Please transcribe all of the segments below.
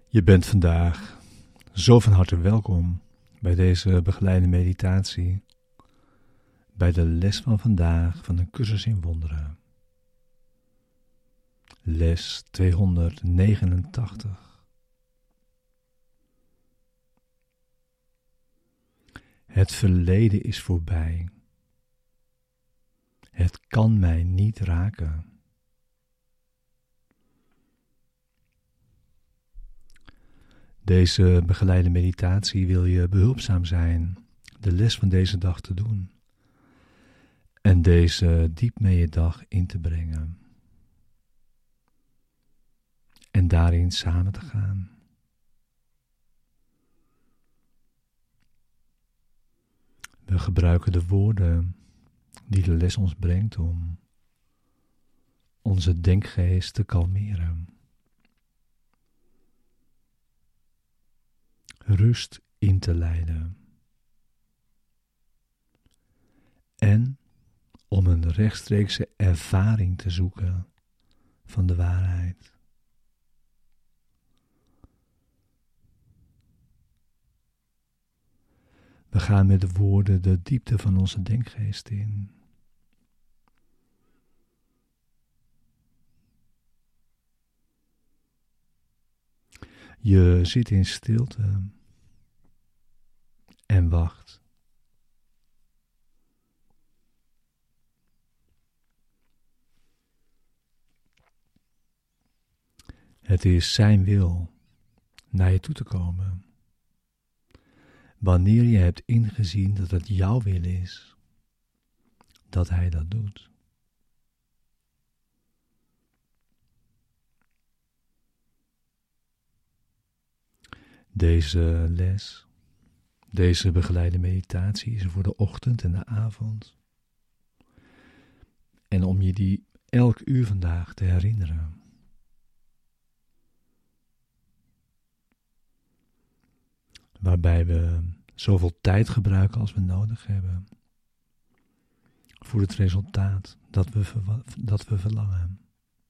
Je bent vandaag zo van harte welkom bij deze begeleide meditatie, bij de les van vandaag van de cursus in wonderen. Les 289. Het verleden is voorbij. Het kan mij niet raken. Deze begeleide meditatie wil je behulpzaam zijn de les van deze dag te doen en deze diep mee je dag in te brengen en daarin samen te gaan. We gebruiken de woorden die de les ons brengt om onze denkgeest te kalmeren. Rust in te leiden. En om een rechtstreekse ervaring te zoeken van de waarheid. We gaan met de woorden de diepte van onze denkgeest in. Je zit in stilte en wacht. Het is zijn wil naar je toe te komen. Wanneer je hebt ingezien dat het jouw wil is, dat hij dat doet. Deze les, deze begeleide meditatie is voor de ochtend en de avond. En om je die elk uur vandaag te herinneren. Waarbij we zoveel tijd gebruiken als we nodig hebben. Voor het resultaat dat we verlangen.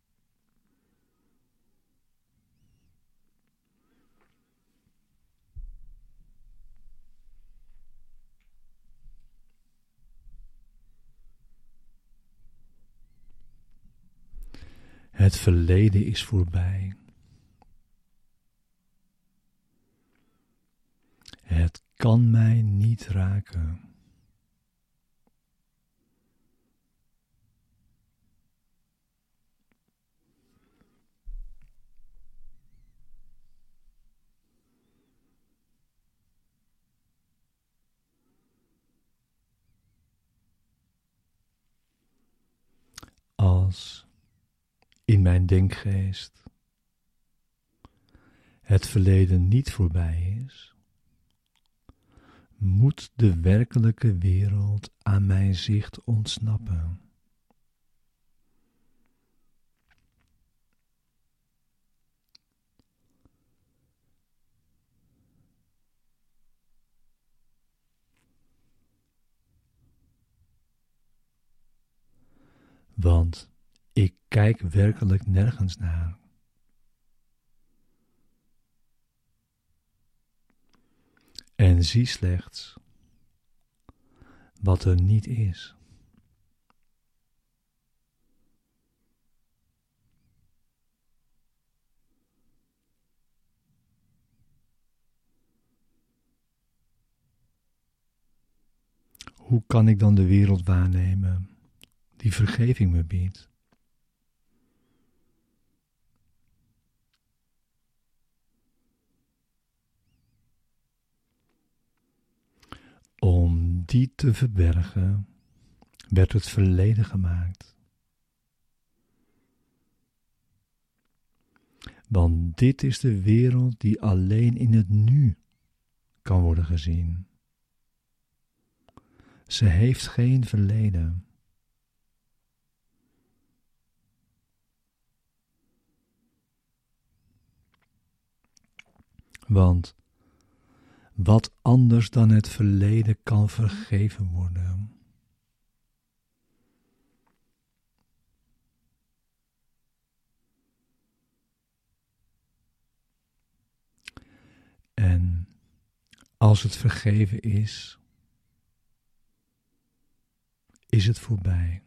Het verleden is voorbij. Het kan mij niet raken. Als in mijn denkgeest het verleden niet voorbij is, moet de werkelijke wereld aan mijn zicht ontsnappen. Want ik kijk werkelijk nergens naar. En zie slechts wat er niet is. Hoe kan ik dan de wereld waarnemen die vergeving me biedt? Om die te verbergen werd het verleden gemaakt. Want dit is de wereld die alleen in het nu kan worden gezien. Ze heeft geen verleden. Want wat anders dan het verleden kan vergeven worden? En als het vergeven is, is het voorbij.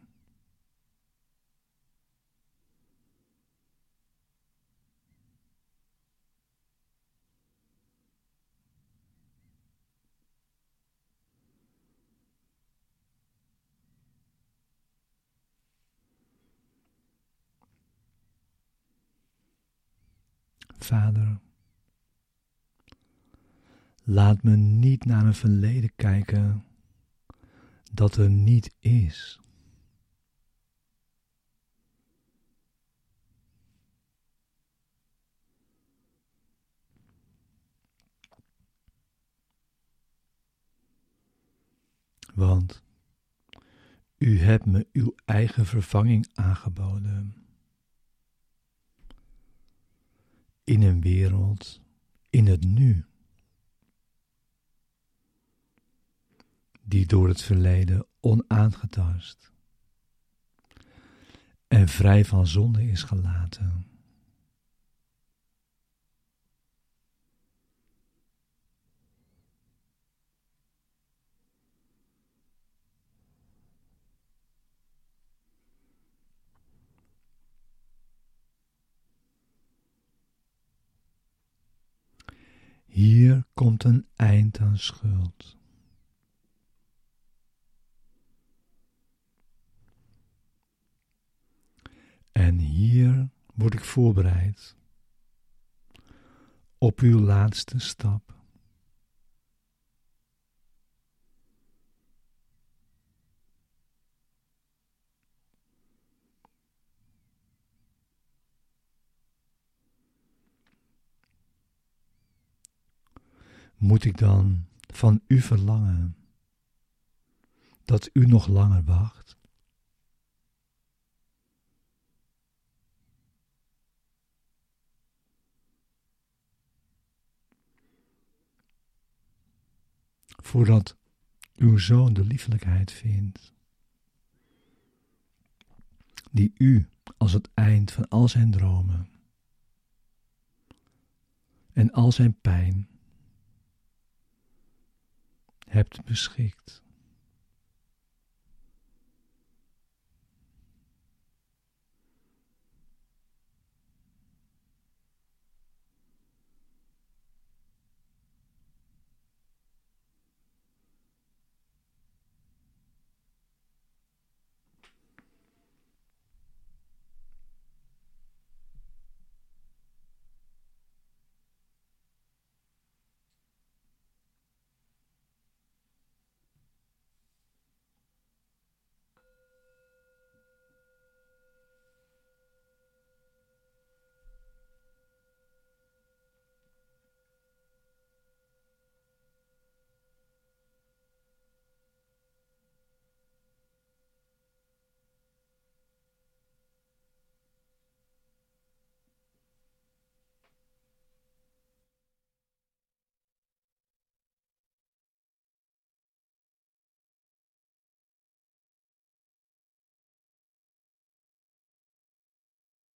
Vader, laat me niet naar een verleden kijken dat er niet is. Want u hebt me uw eigen vervanging aangeboden. In een wereld, in het nu, die door het verleden onaangetast en vrij van zonde is gelaten. Hier komt een eind aan schuld. En hier word ik voorbereid op uw laatste stap. Moet ik dan van u verlangen dat u nog langer wacht? Voordat uw zoon de liefelijkheid vindt, die u als het eind van al zijn dromen en al zijn pijn hebt beschikt.